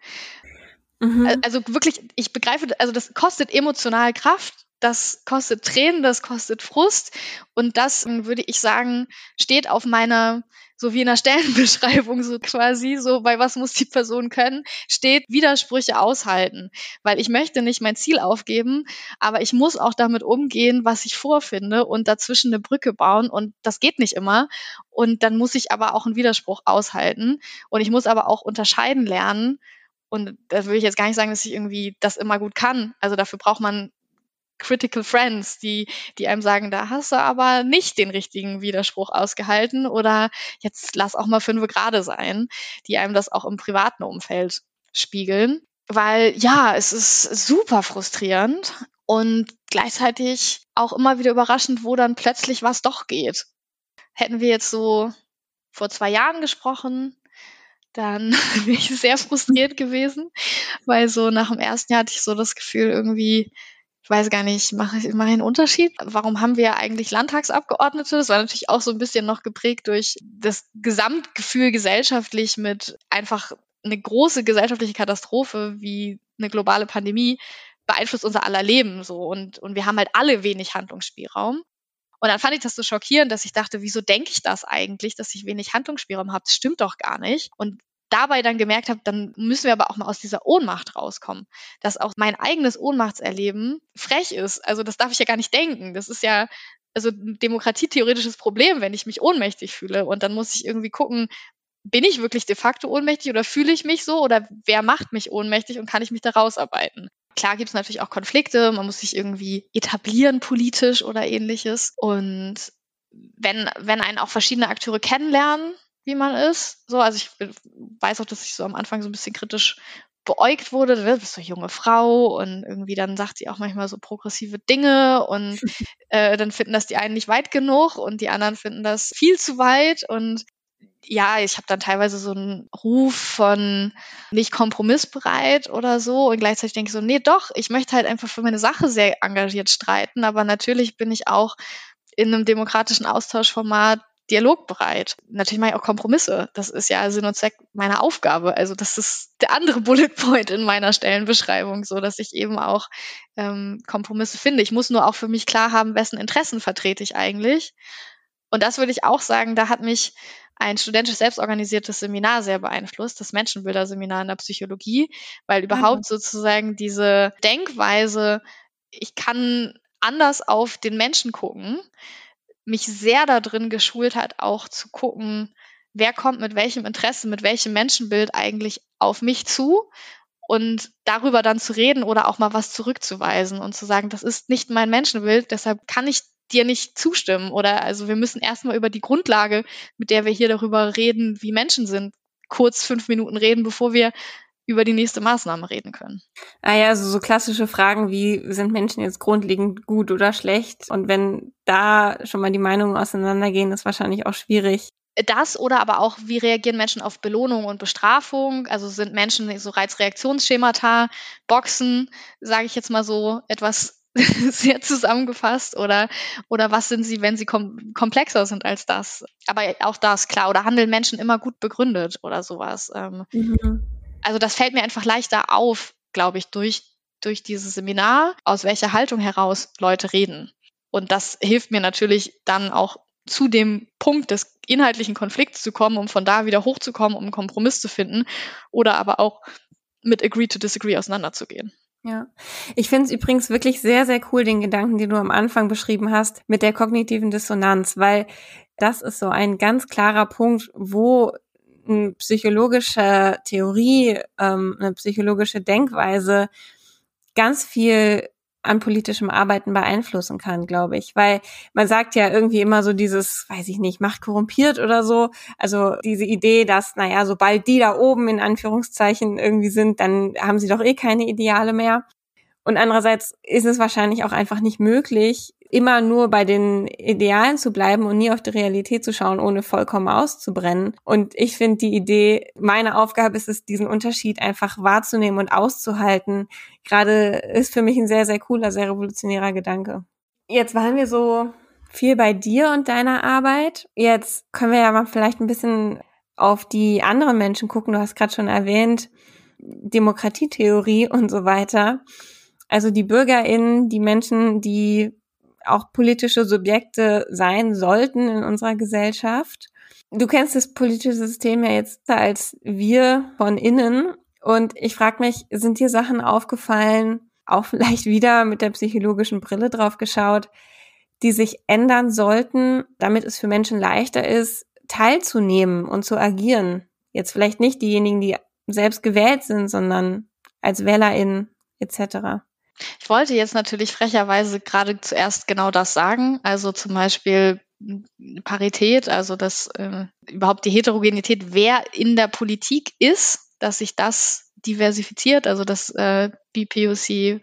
Also wirklich, ich begreife, also das kostet emotional Kraft. Das kostet Tränen, das kostet Frust und das, würde ich sagen, steht auf meiner, so wie in der Stellenbeschreibung so quasi, so bei was muss die Person können, steht Widersprüche aushalten, weil ich möchte nicht mein Ziel aufgeben, aber ich muss auch damit umgehen, was ich vorfinde und dazwischen eine Brücke bauen und das geht nicht immer und dann muss ich aber auch einen Widerspruch aushalten und ich muss aber auch unterscheiden lernen und da würde ich jetzt gar nicht sagen, dass ich irgendwie das immer gut kann, also dafür braucht man Critical Friends, die einem sagen, da hast du aber nicht den richtigen Widerspruch ausgehalten oder jetzt lass auch mal 5 Grade sein, die einem das auch im privaten Umfeld spiegeln. Weil ja, es ist super frustrierend und gleichzeitig auch immer wieder überraschend, wo dann plötzlich was doch geht. Hätten wir jetzt so vor 2 Jahren gesprochen, dann wäre ich sehr frustriert gewesen, weil so nach dem ersten Jahr hatte ich so das Gefühl irgendwie, ich weiß gar nicht, mache ich einen Unterschied? Warum haben wir eigentlich Landtagsabgeordnete? Das war natürlich auch so ein bisschen noch geprägt durch das Gesamtgefühl gesellschaftlich mit einfach eine große gesellschaftliche Katastrophe wie eine globale Pandemie beeinflusst unser aller Leben so und wir haben halt alle wenig Handlungsspielraum. Und dann fand ich das so schockierend, dass ich dachte, wieso denke ich das eigentlich, dass ich wenig Handlungsspielraum habe? Das stimmt doch gar nicht. Und dabei dann gemerkt habe, dann müssen wir aber auch mal aus dieser Ohnmacht rauskommen. Dass auch mein eigenes Ohnmachtserleben frech ist. Also das darf ich ja gar nicht denken. Das ist ja also ein demokratietheoretisches Problem, wenn ich mich ohnmächtig fühle. Und dann muss ich irgendwie gucken, bin ich wirklich de facto ohnmächtig oder fühle ich mich so? Oder wer macht mich ohnmächtig und kann ich mich da rausarbeiten? Klar gibt es natürlich auch Konflikte. Man muss sich irgendwie etablieren politisch oder ähnliches. Und wenn einen auch verschiedene Akteure kennenlernen, wie man ist. So, also ich weiß auch, dass ich so am Anfang so ein bisschen kritisch beäugt wurde. Du bist so eine junge Frau und irgendwie dann sagt sie auch manchmal so progressive Dinge und dann finden das die einen nicht weit genug und die anderen finden das viel zu weit und ja, ich habe dann teilweise so einen Ruf von nicht kompromissbereit oder so und gleichzeitig denke ich so, nee, doch, ich möchte halt einfach für meine Sache sehr engagiert streiten, aber natürlich bin ich auch in einem demokratischen Austauschformat dialogbereit. Natürlich mache ich auch Kompromisse. Das ist ja Sinn und Zweck meiner Aufgabe. Also das ist der andere Bullet Point in meiner Stellenbeschreibung, so dass ich eben auch Kompromisse finde. Ich muss nur auch für mich klar haben, wessen Interessen vertrete ich eigentlich. Und das würde ich auch sagen, da hat mich ein studentisch selbstorganisiertes Seminar sehr beeinflusst, das Menschenbilderseminar in der Psychologie, weil überhaupt sozusagen diese Denkweise, ich kann anders auf den Menschen gucken, mich sehr darin geschult hat, auch zu gucken, wer kommt mit welchem Interesse, mit welchem Menschenbild eigentlich auf mich zu und darüber dann zu reden oder auch mal was zurückzuweisen und zu sagen, das ist nicht mein Menschenbild, deshalb kann ich dir nicht zustimmen. Oder also wir müssen erstmal über die Grundlage, mit der wir hier darüber reden, wie Menschen sind, kurz 5 Minuten reden, bevor wir über die nächste Maßnahme reden können. Ah ja, also so klassische Fragen wie, sind Menschen jetzt grundlegend gut oder schlecht? Und wenn da schon mal die Meinungen auseinandergehen, ist wahrscheinlich auch schwierig. Das oder aber auch, wie reagieren Menschen auf Belohnung und Bestrafung? Also sind Menschen so Reiz-Reaktionsschemata, Boxen, sage ich jetzt mal so etwas sehr zusammengefasst, oder was sind sie, wenn sie komplexer sind als das? Aber auch das, klar, oder handeln Menschen immer gut begründet oder sowas? Also das fällt mir einfach leichter auf, glaube ich, durch dieses Seminar, aus welcher Haltung heraus Leute reden. Und das hilft mir natürlich dann auch zu dem Punkt des inhaltlichen Konflikts zu kommen, um von da wieder hochzukommen, um einen Kompromiss zu finden oder aber auch mit Agree to Disagree auseinanderzugehen. Ja, ich finde es übrigens wirklich sehr, sehr cool, den Gedanken, den du am Anfang beschrieben hast, mit der kognitiven Dissonanz, weil das ist so ein ganz klarer Punkt, wo eine psychologische Theorie, eine psychologische Denkweise ganz viel an politischem Arbeiten beeinflussen kann, glaube ich. Weil man sagt ja irgendwie immer so dieses, weiß ich nicht, Macht korrumpiert oder so. Also diese Idee, dass, naja, sobald die da oben in Anführungszeichen irgendwie sind, dann haben sie doch eh keine Ideale mehr. Und andererseits ist es wahrscheinlich auch einfach nicht möglich, immer nur bei den Idealen zu bleiben und nie auf die Realität zu schauen, ohne vollkommen auszubrennen. Und ich finde die Idee, meine Aufgabe ist es, diesen Unterschied einfach wahrzunehmen und auszuhalten. Gerade ist für mich ein sehr, sehr cooler, sehr revolutionärer Gedanke. Jetzt waren wir so viel bei dir und deiner Arbeit. Jetzt können wir ja mal vielleicht ein bisschen auf die anderen Menschen gucken. Du hast gerade schon erwähnt, Demokratietheorie und so weiter. Also die BürgerInnen, die Menschen, die auch politische Subjekte sein sollten in unserer Gesellschaft. Du kennst das politische System ja jetzt als wir von innen. Und ich frage mich, sind dir Sachen aufgefallen, auch vielleicht wieder mit der psychologischen Brille drauf geschaut, die sich ändern sollten, damit es für Menschen leichter ist, teilzunehmen und zu agieren? Jetzt vielleicht nicht diejenigen, die selbst gewählt sind, sondern als WählerInnen etc. Ich wollte jetzt natürlich frecherweise gerade zuerst genau das sagen, also zum Beispiel Parität, also dass überhaupt die Heterogenität, wer in der Politik ist, dass sich das diversifiziert, also dass BPOC,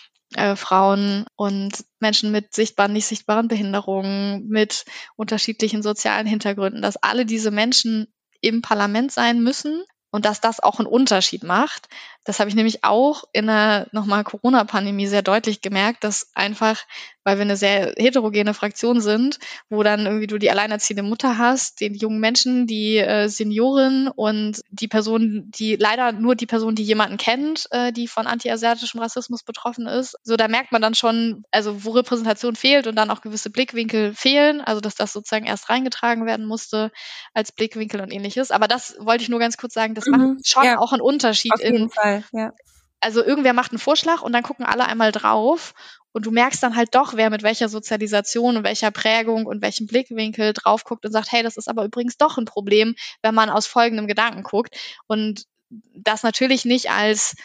Frauen und Menschen mit sichtbaren, nicht sichtbaren Behinderungen, mit unterschiedlichen sozialen Hintergründen, dass alle diese Menschen im Parlament sein müssen. Und dass das auch einen Unterschied macht. Das habe ich nämlich auch in der nochmal Corona-Pandemie sehr deutlich gemerkt, dass einfach, weil wir eine sehr heterogene Fraktion sind, wo dann irgendwie du die alleinerziehende Mutter hast, den jungen Menschen, die Senioren und die Person, die leider nur die Person, die jemanden kennt, die von anti-asiatischem Rassismus betroffen ist. So, da merkt man dann schon, also wo Repräsentation fehlt und dann auch gewisse Blickwinkel fehlen, also dass das sozusagen erst reingetragen werden musste als Blickwinkel und ähnliches. Aber das wollte ich nur ganz kurz sagen, das macht schon auch einen Unterschied. Auf jeden Fall, ja. Also irgendwer macht einen Vorschlag und dann gucken alle einmal drauf und du merkst dann halt doch, wer mit welcher Sozialisation und welcher Prägung und welchem Blickwinkel drauf guckt und sagt, hey, das ist aber übrigens doch ein Problem, wenn man aus folgendem Gedanken guckt. Und das natürlich nicht als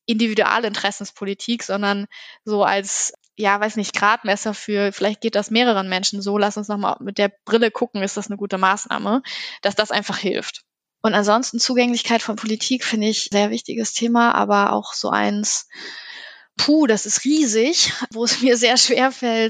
Individualinteressenspolitik, sondern so als, ja, weiß nicht, Gradmesser für, vielleicht geht das mehreren Menschen so, lass uns nochmal mit der Brille gucken, ist das eine gute Maßnahme, dass das einfach hilft. Und ansonsten Zugänglichkeit von Politik finde ich ein sehr wichtiges Thema, aber auch so eins, das ist riesig, wo es mir sehr schwer fällt,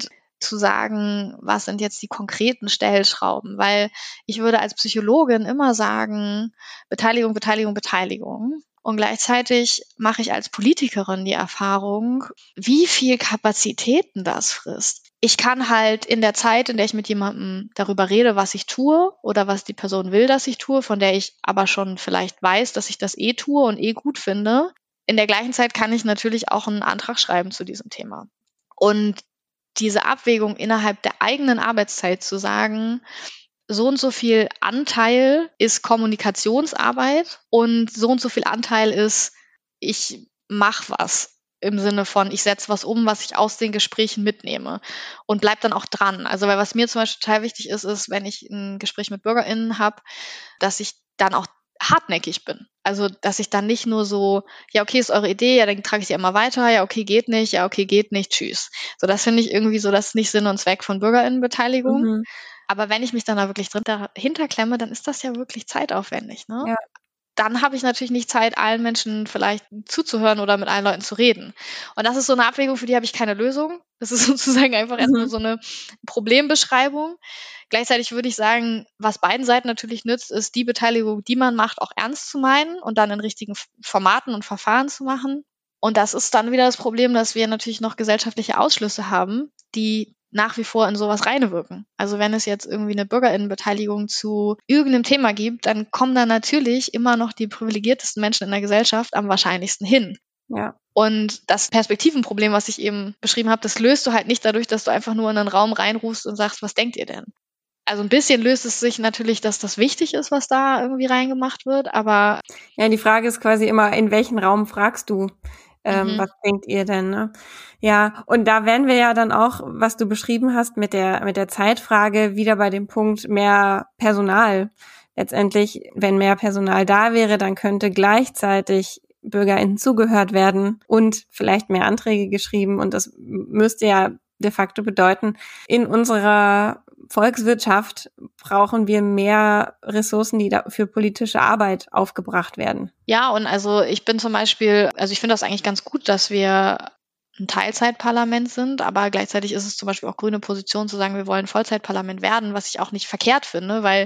zu sagen, was sind jetzt die konkreten Stellschrauben, weil ich würde als Psychologin immer sagen, Beteiligung, Beteiligung, Beteiligung. Und gleichzeitig mache ich als Politikerin die Erfahrung, wie viel Kapazitäten das frisst. Ich kann halt in der Zeit, in der ich mit jemandem darüber rede, was ich tue oder was die Person will, dass ich tue, von der ich aber schon vielleicht weiß, dass ich das tue und gut finde, in der gleichen Zeit kann ich natürlich auch einen Antrag schreiben zu diesem Thema. Und diese Abwägung innerhalb der eigenen Arbeitszeit zu sagen, so und so viel Anteil ist Kommunikationsarbeit und so viel Anteil ist, ich mache was im Sinne von, ich setze was um, was ich aus den Gesprächen mitnehme und bleib dann auch dran. Also weil was mir zum Beispiel total wichtig ist, wenn ich ein Gespräch mit BürgerInnen habe, dass ich dann auch hartnäckig bin. Also, dass ich dann nicht nur so, ja, okay, ist eure Idee, ja, dann trage ich die immer weiter, ja, okay, geht nicht, ja, okay, geht nicht, tschüss. So, das finde ich irgendwie so, das ist nicht Sinn und Zweck von BürgerInnenbeteiligung. Mhm. Aber wenn ich mich dann da wirklich dahinter klemme, dann ist das ja wirklich zeitaufwendig, ne? Ja. Dann habe ich natürlich nicht Zeit, allen Menschen vielleicht zuzuhören oder mit allen Leuten zu reden. Und das ist so eine Abwägung, für die habe ich keine Lösung. Das ist sozusagen einfach erstmal so eine Problembeschreibung. Gleichzeitig würde ich sagen, was beiden Seiten natürlich nützt, ist die Beteiligung, die man macht, auch ernst zu meinen und dann in richtigen Formaten und Verfahren zu machen. Und das ist dann wieder das Problem, dass wir natürlich noch gesellschaftliche Ausschlüsse haben, die nach wie vor in sowas reinwirken. Also wenn es jetzt irgendwie eine BürgerInnenbeteiligung zu irgendeinem Thema gibt, dann kommen da natürlich immer noch die privilegiertesten Menschen in der Gesellschaft am wahrscheinlichsten hin. Ja. Und das Perspektivenproblem, was ich eben beschrieben habe, das löst du halt nicht dadurch, dass du einfach nur in einen Raum reinrufst und sagst, was denkt ihr denn? Also ein bisschen löst es sich natürlich, dass das wichtig ist, was da irgendwie reingemacht wird, aber... Ja, die Frage ist quasi immer, in welchen Raum fragst du? Was denkt ihr denn? Ne? Ja, und da wären wir ja dann auch, was du beschrieben hast mit der Zeitfrage, wieder bei dem Punkt mehr Personal. Letztendlich, wenn mehr Personal da wäre, dann könnte gleichzeitig BürgerInnen zugehört werden und vielleicht mehr Anträge geschrieben. Und das müsste ja de facto bedeuten, in unserer Volkswirtschaft brauchen wir mehr Ressourcen, die da für politische Arbeit aufgebracht werden. Ja, und also ich bin zum Beispiel, also ich finde das eigentlich ganz gut, dass wir ein Teilzeitparlament sind, aber gleichzeitig ist es zum Beispiel auch grüne Position zu sagen, wir wollen Vollzeitparlament werden, was ich auch nicht verkehrt finde, weil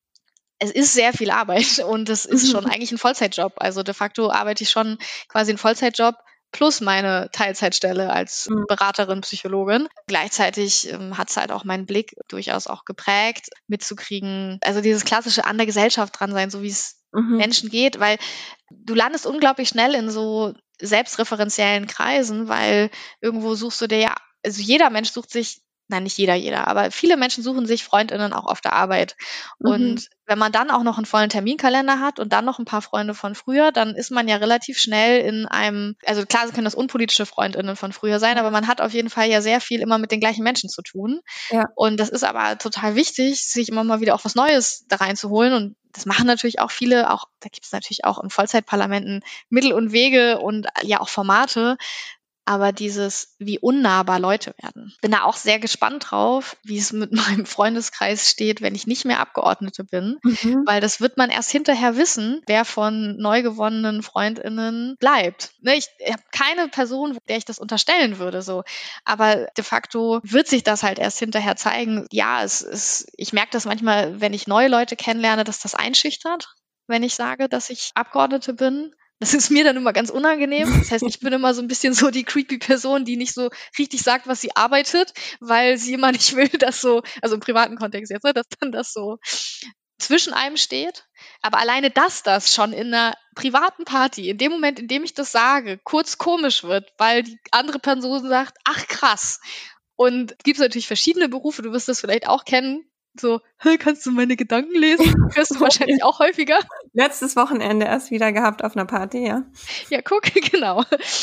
es ist sehr viel Arbeit und es ist schon eigentlich ein Vollzeitjob. Also de facto arbeite ich schon quasi einen Vollzeitjob plus meine Teilzeitstelle als Beraterin, Psychologin. Gleichzeitig hat es halt auch meinen Blick durchaus auch geprägt, mitzukriegen, also dieses klassische an der Gesellschaft dran sein, so wie es Menschen geht, weil du landest unglaublich schnell in so selbstreferenziellen Kreisen, weil irgendwo suchst du dir ja, also jeder Mensch sucht sich, nein, nicht jeder, aber viele Menschen suchen sich FreundInnen auch auf der Arbeit. Und wenn man dann auch noch einen vollen Terminkalender hat und dann noch ein paar Freunde von früher, dann ist man ja relativ schnell in einem, also klar, können das unpolitische FreundInnen von früher sein, aber man hat auf jeden Fall ja sehr viel immer mit den gleichen Menschen zu tun. Ja. Und das ist aber total wichtig, sich immer mal wieder auch was Neues da reinzuholen. Und das machen natürlich auch viele, auch da gibt es natürlich auch in Vollzeitparlamenten Mittel und Wege und ja auch Formate, aber dieses, wie unnahbar Leute werden. Bin da auch sehr gespannt drauf, wie es mit meinem Freundeskreis steht, wenn ich nicht mehr Abgeordnete bin, weil das wird man erst hinterher wissen, wer von neu gewonnenen FreundInnen bleibt. Ne, ich habe keine Person, der ich das unterstellen würde, so. Aber de facto wird sich das halt erst hinterher zeigen. Ja, ich merke das manchmal, wenn ich neue Leute kennenlerne, dass das einschüchtert, wenn ich sage, dass ich Abgeordnete bin. Das ist mir dann immer ganz unangenehm. Das heißt, ich bin immer so ein bisschen so die creepy Person, die nicht so richtig sagt, was sie arbeitet, weil sie immer nicht will, dass so, also im privaten Kontext jetzt, dass dann das so zwischen einem steht. Aber alleine, dass das schon in einer privaten Party, in dem Moment, in dem ich das sage, kurz komisch wird, weil die andere Person sagt, ach krass. Und es gibt natürlich verschiedene Berufe, du wirst das vielleicht auch kennen, so, hey, kannst du meine Gedanken lesen? Hörst du wahrscheinlich auch häufiger. Letztes Wochenende erst wieder gehabt auf einer Party, ja. Ja, guck, genau.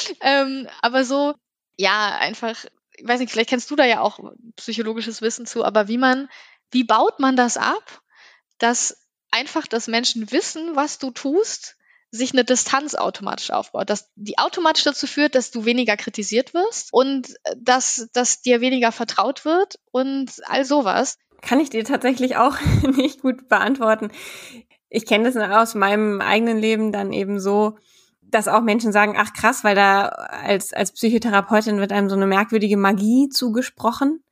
Aber so, ja, einfach, ich weiß nicht, vielleicht kennst du da ja auch psychologisches Wissen zu, aber wie baut man das ab, dass einfach, dass Menschen wissen, was du tust, sich eine Distanz automatisch aufbaut, dass die automatisch dazu führt, dass du weniger kritisiert wirst und dass dir weniger vertraut wird und all sowas. Kann ich dir tatsächlich auch nicht gut beantworten. Ich kenne das aus meinem eigenen Leben dann eben so, dass auch Menschen sagen, ach krass, weil da als Psychotherapeutin wird einem so eine merkwürdige Magie zugesprochen,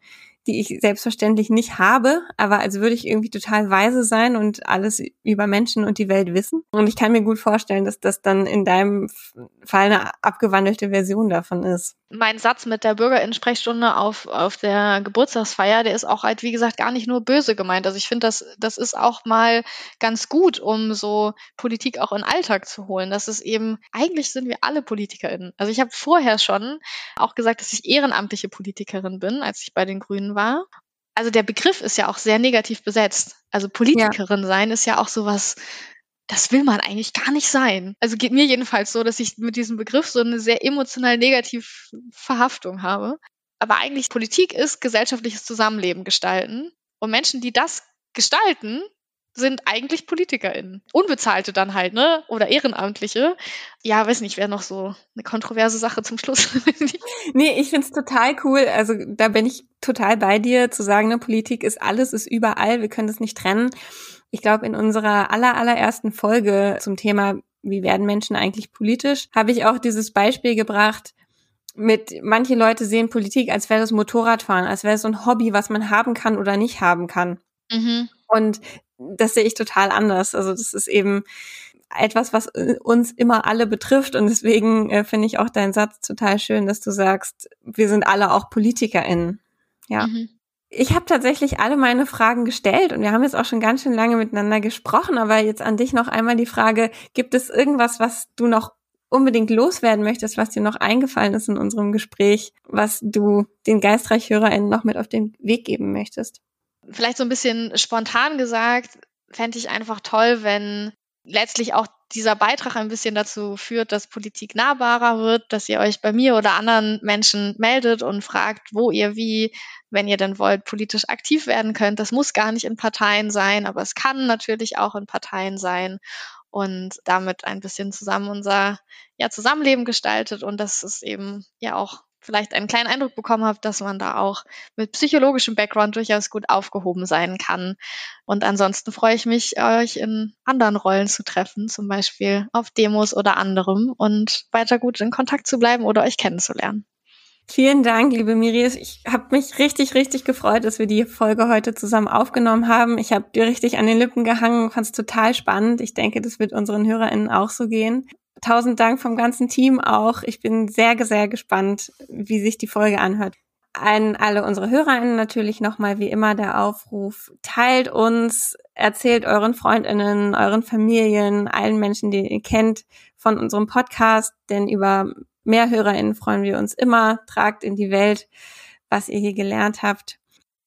die ich selbstverständlich nicht habe, aber als würde ich irgendwie total weise sein und alles über Menschen und die Welt wissen. Und ich kann mir gut vorstellen, dass das dann in deinem Fall eine abgewandelte Version davon ist. Mein Satz mit der Bürgerinnensprechstunde auf der Geburtstagsfeier, der ist auch halt, wie gesagt, gar nicht nur böse gemeint. Also ich finde, das ist auch mal ganz gut, um so Politik auch in den Alltag zu holen. Das ist eben, eigentlich sind wir alle PolitikerInnen. Also ich habe vorher schon auch gesagt, dass ich ehrenamtliche Politikerin bin, als ich bei den Grünen war. Also der Begriff ist ja auch sehr negativ besetzt. Also Politikerin sein ist ja auch sowas, das will man eigentlich gar nicht sein. Also geht mir jedenfalls so, dass ich mit diesem Begriff so eine sehr emotional negative Verhaftung habe. Aber eigentlich Politik ist gesellschaftliches Zusammenleben gestalten. Und Menschen, die das gestalten, sind eigentlich PolitikerInnen. Unbezahlte dann halt, ne? Oder Ehrenamtliche. Ja, weiß nicht, wäre noch so eine kontroverse Sache zum Schluss. Nee, ich find's total cool. Also da bin ich total bei dir, zu sagen, ne, Politik ist alles, ist überall, wir können das nicht trennen. Ich glaube, in unserer allerersten Folge zum Thema, wie werden Menschen eigentlich politisch, habe ich auch dieses Beispiel gebracht mit, manche Leute sehen Politik, als wäre das Motorradfahren, als wäre es so ein Hobby, was man haben kann oder nicht haben kann. Mhm. Und das sehe ich total anders. Also das ist eben etwas, was uns immer alle betrifft. Und deswegen finde ich auch deinen Satz total schön, dass du sagst, wir sind alle auch PolitikerInnen. Ja. Mhm. Ich habe tatsächlich alle meine Fragen gestellt und wir haben jetzt auch schon ganz schön lange miteinander gesprochen, aber jetzt an dich noch einmal die Frage, gibt es irgendwas, was du noch unbedingt loswerden möchtest, was dir noch eingefallen ist in unserem Gespräch, was du den Geistreich-HörerInnen noch mit auf den Weg geben möchtest? Vielleicht so ein bisschen spontan gesagt, fände ich einfach toll, wenn letztlich auch dieser Beitrag ein bisschen dazu führt, dass Politik nahbarer wird, dass ihr euch bei mir oder anderen Menschen meldet und fragt, wo ihr wie, wenn ihr denn wollt, politisch aktiv werden könnt. Das muss gar nicht in Parteien sein, aber es kann natürlich auch in Parteien sein und damit ein bisschen zusammen unser Zusammenleben gestaltet und dass es eben ja auch vielleicht einen kleinen Eindruck bekommen habt, dass man da auch mit psychologischem Background durchaus gut aufgehoben sein kann. Und ansonsten freue ich mich, euch in anderen Rollen zu treffen, zum Beispiel auf Demos oder anderem und weiter gut in Kontakt zu bleiben oder euch kennenzulernen. Vielen Dank, liebe Miri. Ich habe mich richtig, richtig gefreut, dass wir die Folge heute zusammen aufgenommen haben. Ich habe dir richtig an den Lippen gehangen, fand es total spannend. Ich denke, das wird unseren HörerInnen auch so gehen. 1000 Dank vom ganzen Team auch. Ich bin sehr, sehr gespannt, wie sich die Folge anhört. An alle unsere HörerInnen natürlich nochmal wie immer der Aufruf, teilt uns, erzählt euren FreundInnen, euren Familien, allen Menschen, die ihr kennt, von unserem Podcast, denn über mehr HörerInnen freuen wir uns immer. Tragt in die Welt, was ihr hier gelernt habt.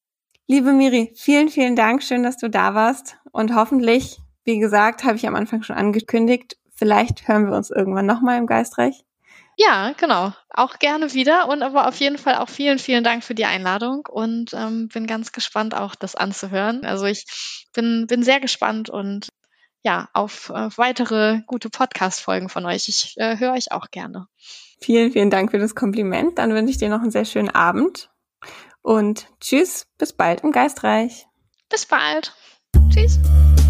Liebe Miri, vielen, vielen Dank. Schön, dass du da warst. Und hoffentlich, wie gesagt, habe ich am Anfang schon angekündigt, vielleicht hören wir uns irgendwann nochmal im Geistreich. Ja, genau. Auch gerne wieder und aber auf jeden Fall auch vielen, vielen Dank für die Einladung und bin ganz gespannt, auch das anzuhören. Also ich bin sehr gespannt und ja, auf weitere gute Podcast-Folgen von euch. Ich höre euch auch gerne. Vielen, vielen Dank für das Kompliment. Dann wünsche ich dir noch einen sehr schönen Abend und tschüss, bis bald im Geistreich. Bis bald. Tschüss.